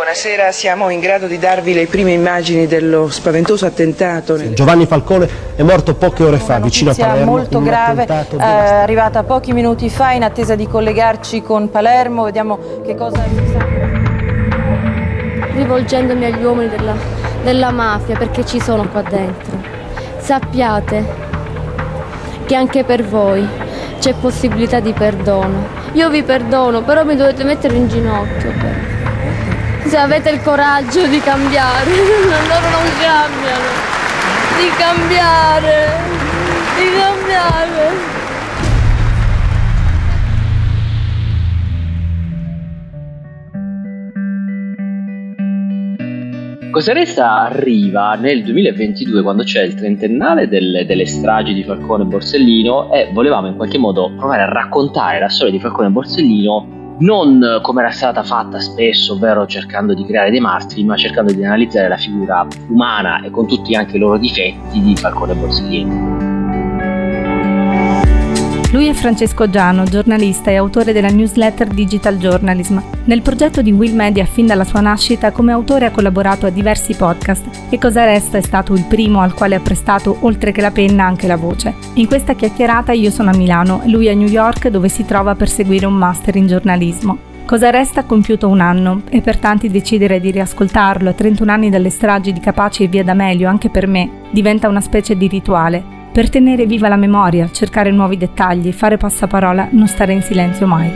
buonasera. Siamo in grado di darvi le prime immagini dello spaventoso attentato. Giovanni Falcone è morto poche ore fa vicino a Palermo. Molto grave, arrivata pochi minuti fa, in attesa di collegarci con Palermo. Vediamo che cosa rivolgendomi agli uomini della mafia, perché ci sono qua dentro. Sappiate che anche per voi c'è possibilità di perdono. Io vi perdono, però mi dovete mettere in ginocchio. Se avete il coraggio di cambiare, loro non cambiano. Di cambiare. Cosa Resta arriva nel 2022, quando c'è il trentennale delle stragi di Falcone e Borsellino, e volevamo in qualche modo provare a raccontare la storia di Falcone e Borsellino non come era stata fatta spesso, ovvero cercando di creare dei martiri, ma cercando di analizzare la figura umana e con tutti anche i loro difetti di Falcone e Borsellino. Lui è Francesco Giano, giornalista e autore della newsletter Digital Journalism. Nel progetto di Will Media fin dalla sua nascita, come autore ha collaborato a diversi podcast e Cosa Resta è stato il primo al quale ha prestato, oltre che la penna, anche la voce. In questa chiacchierata io sono a Milano, lui a New York, dove si trova per seguire un master in giornalismo. Cosa Resta ha compiuto 1 anno e per tanti decidere di riascoltarlo a 31 anni dalle stragi di Capaci e Via D'Amelio, anche per me, diventa una specie di rituale. Per tenere viva la memoria, cercare nuovi dettagli, fare passaparola, non stare in silenzio mai.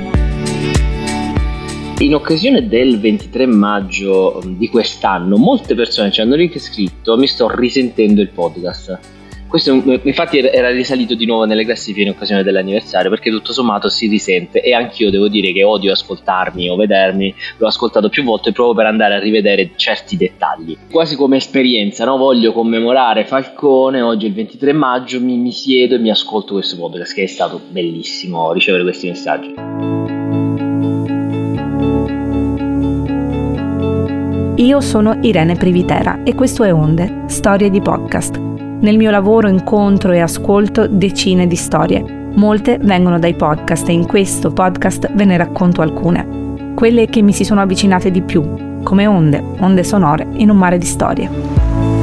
In occasione del 23 maggio di quest'anno, molte persone ci hanno scritto: mi sto risentendo il podcast. Questo infatti era risalito di nuovo nelle classifiche in occasione dell'anniversario, perché tutto sommato si risente, e anch'io devo dire che odio ascoltarmi o vedermi, l'ho ascoltato più volte proprio per andare a rivedere certi dettagli. Quasi come esperienza, no? Voglio commemorare Falcone, oggi è il 23 maggio, mi siedo e mi ascolto questo podcast, che è stato bellissimo ricevere questi messaggi. Io sono Irene Privitera e questo è Onde, storie di podcast. Nel mio lavoro incontro e ascolto decine di storie. Molte vengono dai podcast e in questo podcast ve ne racconto alcune. Quelle che mi si sono avvicinate di più, come onde sonore in un mare di storie.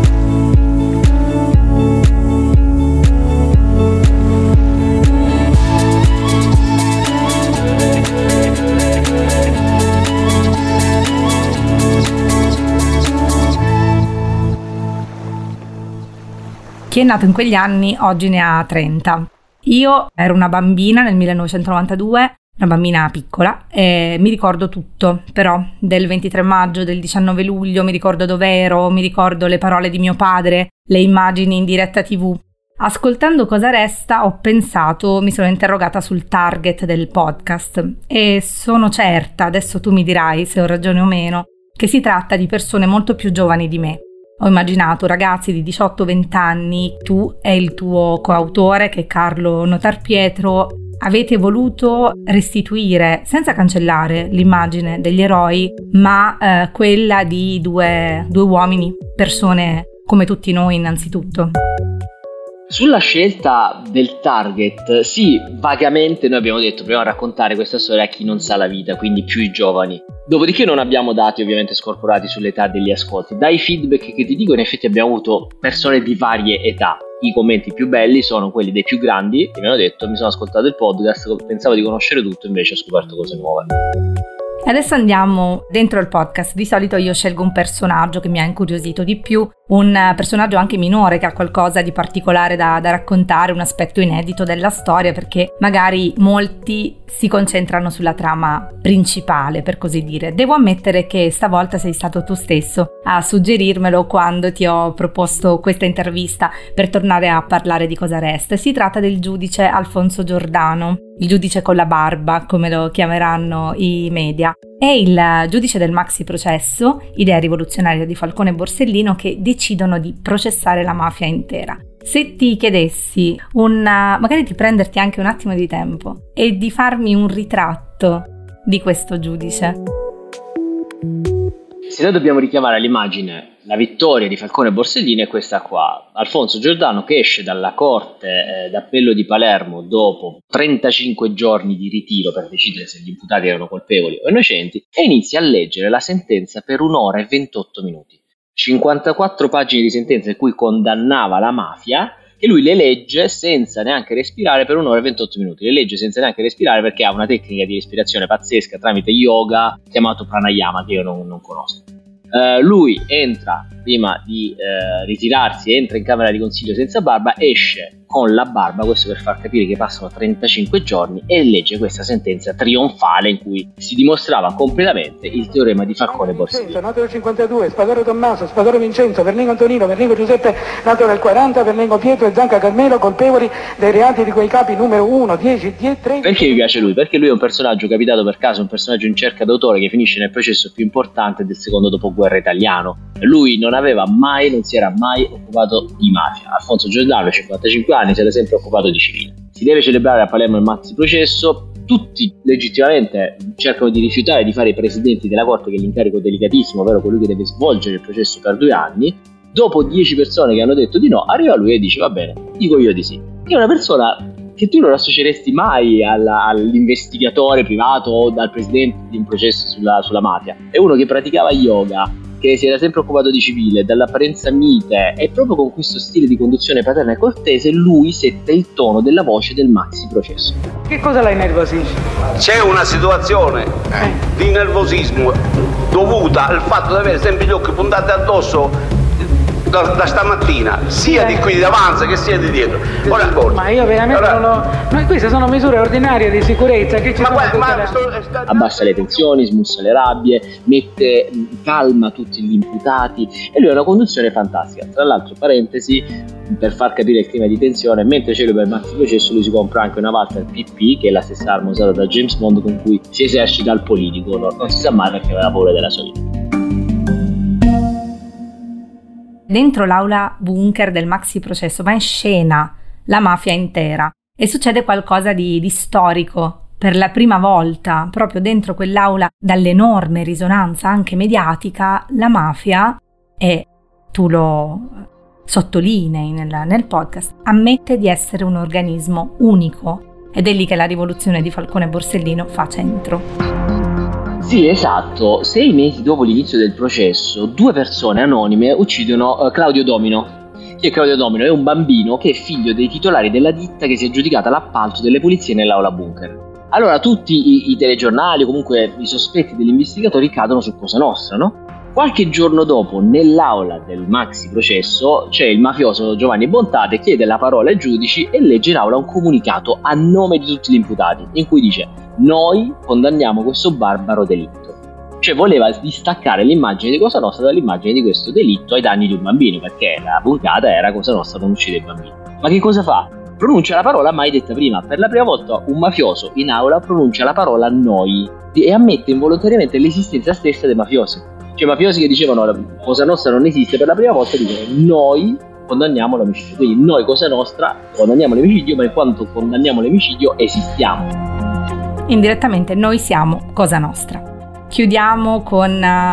Chi è nato in quegli anni oggi ne ha 30. Io ero una bambina nel 1992, una bambina piccola, e mi ricordo tutto, però del 23 maggio, del 19 luglio, mi ricordo dove ero, mi ricordo le parole di mio padre, le immagini in diretta TV. Ascoltando Cosa Resta ho pensato, mi sono interrogata sul target del podcast e sono certa, adesso tu mi dirai se ho ragione o meno, che si tratta di persone molto più giovani di me. Ho immaginato ragazzi di 18-20 anni, tu e il tuo coautore che è Carlo Notarpietro avete voluto restituire, senza cancellare l'immagine degli eroi, ma quella di due uomini, persone come tutti noi innanzitutto. Sulla scelta del target, sì, vagamente noi abbiamo detto proviamo a raccontare questa storia a chi non sa la vita, quindi più i giovani. Dopodiché non abbiamo dati ovviamente scorporati sull'età degli ascolti. Dai feedback che ti dico, in effetti abbiamo avuto persone di varie età. I commenti più belli sono quelli dei più grandi, che mi hanno detto: mi sono ascoltato il podcast, pensavo di conoscere tutto, invece ho scoperto cose nuove. Adesso andiamo dentro il podcast. Di solito io scelgo un personaggio che mi ha incuriosito di più, un personaggio anche minore che ha qualcosa di particolare da raccontare, un aspetto inedito della storia, perché magari molti si concentrano sulla trama principale, per così dire. Devo ammettere che stavolta sei stato tu stesso a suggerirmelo quando ti ho proposto questa intervista per tornare a parlare di Cosa Resta. Si tratta del giudice Alfonso Giordano, il giudice con la barba, come lo chiameranno i media. È il giudice del maxi processo, idea rivoluzionaria di Falcone e Borsellino, che decidono di processare la mafia intera. Se ti chiedessi magari di prenderti anche un attimo di tempo e di farmi un ritratto di questo giudice. se noi dobbiamo richiamare all'immagine la vittoria di Falcone e Borsellino è questa qua: Alfonso Giordano che esce dalla corte d'appello di Palermo dopo 35 giorni di ritiro per decidere se gli imputati erano colpevoli o innocenti e inizia a leggere la sentenza per 1 ora e 28 minuti. 54 pagine di sentenza in cui condannava la mafia, e lui le legge senza neanche respirare per 1 ora e 28 minuti. Le legge senza neanche respirare perché ha una tecnica di respirazione pazzesca tramite yoga chiamato pranayama, che io non conosco. Lui entra, prima di ritirarsi, entra in camera di consiglio senza barba, esce con la barba, questo per far capire che passano 35 giorni, e legge questa sentenza trionfale in cui si dimostrava completamente il teorema di Falcone e Borsellino. Nato nel 52, Spadaro Tommaso, Spadaro Vincenzo, Verningo Antonino, Verningo Giuseppe, nato nel 40, Verningo Pietro e Zanca Carmelo, colpevoli dei reati di quei capi numero 1, 10, 10, 13... Perché mi piace lui? Perché lui è un personaggio capitato per caso, un personaggio in cerca d'autore che finisce nel processo più importante del secondo dopoguerra italiano. Lui non si era mai occupato di mafia. Alfonso Giordano, 55 anni, si era sempre occupato di civile. Si deve celebrare a Palermo il maxi processo. Tutti legittimamente cercano di rifiutare di fare i presidenti della corte, che è l'incarico delicatissimo, ovvero colui che deve svolgere il processo per 2 anni. Dopo 10 persone che hanno detto di no, arriva lui e dice: va bene, dico io di sì. È una persona che tu non associeresti mai all'investigatore privato o al presidente di un processo sulla mafia. È uno che praticava yoga, che si era sempre occupato di civile, dall'apparenza mite, e proprio con questo stile di conduzione paterna e cortese lui sette il tono della voce del maxi processo. Che cosa la innervosisce? C'è una situazione di nervosismo dovuta al fatto di avere sempre gli occhi puntati addosso da stamattina, sia di qui davanti che sia di dietro. Ora, ma io veramente queste sono misure ordinarie di sicurezza che ci abbassa le tensioni, smussa le rabbie, mette calma tutti gli imputati, e lui ha una conduzione fantastica. Tra l'altro, parentesi, per far capire il clima di tensione, mentre celebra il maxi processo lui si compra anche una Walther PP, che è la stessa arma usata da James Bond con cui si esercita il politico. Non si sa mai perché aveva paura della sua vita. Dentro l'aula bunker del maxi processo va in scena la mafia intera e succede qualcosa di storico. Per la prima volta, proprio dentro quell'aula, dall'enorme risonanza anche mediatica, la mafia, e tu lo sottolinei nel podcast, ammette di essere un organismo unico, ed è lì che la rivoluzione di Falcone e Borsellino fa centro. Sì, esatto. 6 mesi dopo l'inizio del processo, 2 persone anonime uccidono Claudio Domino. Chi è Claudio Domino? È un bambino che è figlio dei titolari della ditta che si è aggiudicata l'appalto delle pulizie nell'aula bunker. Allora tutti i telegiornali, comunque i sospetti degli investigatori, cadono su Cosa Nostra, no? Qualche giorno dopo, nell'aula del maxi processo, c'è il mafioso Giovanni Bontate, chiede la parola ai giudici e legge in aula un comunicato a nome di tutti gli imputati, in cui dice: noi condanniamo questo barbaro delitto. Cioè voleva distaccare l'immagine di Cosa Nostra dall'immagine di questo delitto ai danni di un bambino, perché la puntata era Cosa Nostra non uccide i bambini. Ma che cosa fa? Pronuncia la parola mai detta prima. Per la prima volta un mafioso in aula pronuncia la parola noi e ammette involontariamente l'esistenza stessa dei mafiosi. Cioè mafiosi che dicevano Cosa Nostra non esiste, per la prima volta dicono noi condanniamo l'omicidio. Quindi noi Cosa Nostra condanniamo l'omicidio, ma in quanto condanniamo l'omicidio esistiamo. Indirettamente noi siamo Cosa Nostra. Chiudiamo con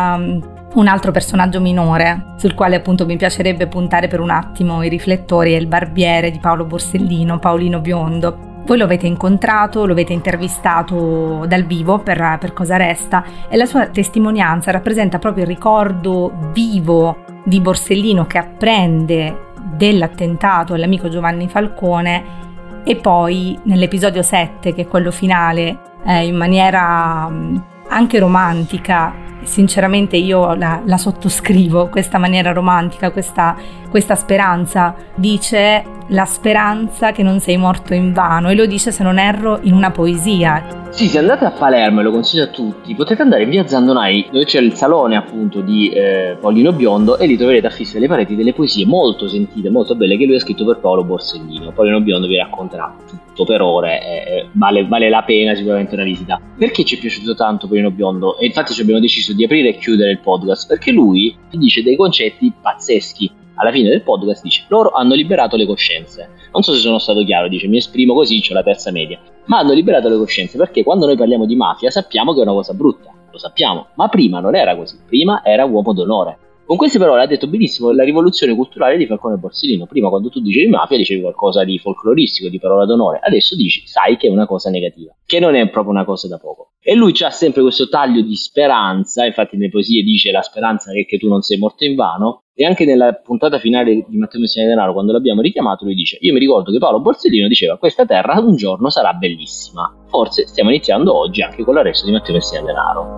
un altro personaggio minore sul quale appunto mi piacerebbe puntare per un attimo i riflettori, è il barbiere di Paolo Borsellino, Paolino Biondo. Voi lo avete incontrato, lo avete intervistato dal vivo per Cosa Resta, e la sua testimonianza rappresenta proprio il ricordo vivo di Borsellino che apprende dell'attentato all'amico Giovanni Falcone, e poi nell'episodio 7, che è quello finale, in maniera anche romantica, sinceramente io la sottoscrivo, questa maniera romantica, questa speranza. Dice: la speranza che non sei morto invano, e lo dice, se non erro, in una poesia. Sì, se andate a Palermo, e lo consiglio a tutti, potete andare in via Zandonai, dove c'è il salone appunto di Paolino Biondo, e lì troverete affisse alle pareti delle poesie molto sentite, molto belle, che lui ha scritto per Paolo Borsellino. Paolino Biondo vi racconterà tutto per ore, vale la pena sicuramente una visita. Perché ci è piaciuto tanto Paolino Biondo? E infatti ci abbiamo deciso di aprire e chiudere il podcast, perché lui dice dei concetti pazzeschi. Alla fine del podcast dice: loro hanno liberato le coscienze. Non so se sono stato chiaro, dice, mi esprimo così, c'ho la terza media. Ma hanno liberato le coscienze perché quando noi parliamo di mafia sappiamo che è una cosa brutta. lo sappiamo, ma prima non era così, prima era uomo d'onore. Con queste parole ha detto benissimo la rivoluzione culturale di Falcone e Borsellino. Prima, quando tu dicevi mafia, dicevi qualcosa di folcloristico, di parola d'onore. Adesso sai che è una cosa negativa, che non è proprio una cosa da poco. E lui c'ha sempre questo taglio di speranza, infatti nelle poesie dice la speranza è che tu non sei morto invano, e anche nella puntata finale di Matteo Messina Denaro, quando l'abbiamo richiamato, lui dice: io mi ricordo che Paolo Borsellino diceva questa terra un giorno sarà bellissima. Forse stiamo iniziando oggi anche con l'arresto di Matteo Messina Denaro.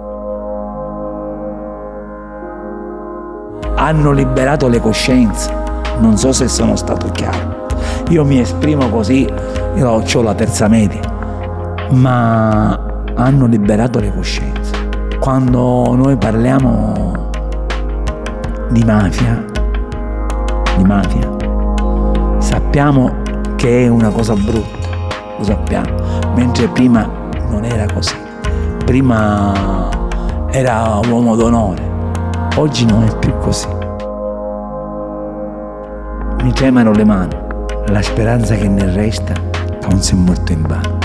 Hanno liberato le coscienze, non so se sono stato chiaro. Io mi esprimo così, io ho la terza media, ma hanno liberato le coscienze. Quando noi parliamo di mafia, sappiamo che è una cosa brutta, lo sappiamo, mentre prima non era così. Prima era uomo d'onore. Oggi non è più così. Mi tremano le mani. La speranza che ne resta non si è morto in vano.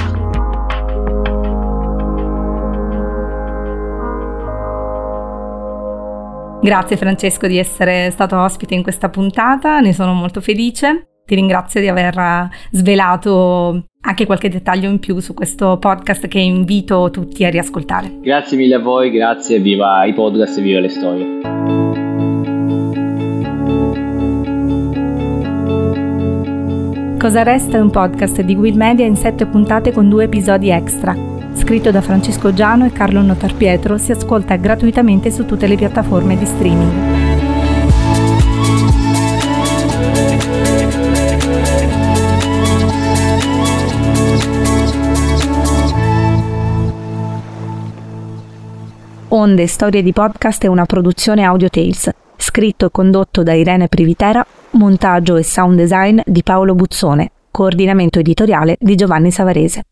Grazie Francesco di essere stato ospite in questa puntata, ne sono molto felice. Ti ringrazio di aver svelato anche qualche dettaglio in più su questo podcast che invito tutti a riascoltare. Grazie mille a voi, grazie, viva i podcast e viva le storie. Cosa resta è un podcast di Guild Media in 7 puntate con 2 episodi extra. Scritto da Francesco Giano e Carlo Notarpietro, si ascolta gratuitamente su tutte le piattaforme di streaming. Onde, storie di podcast è una produzione Audio Tales, scritto e condotto da Irene Privitera, montaggio e sound design di Paolo Buzzone, coordinamento editoriale di Giovanni Savarese.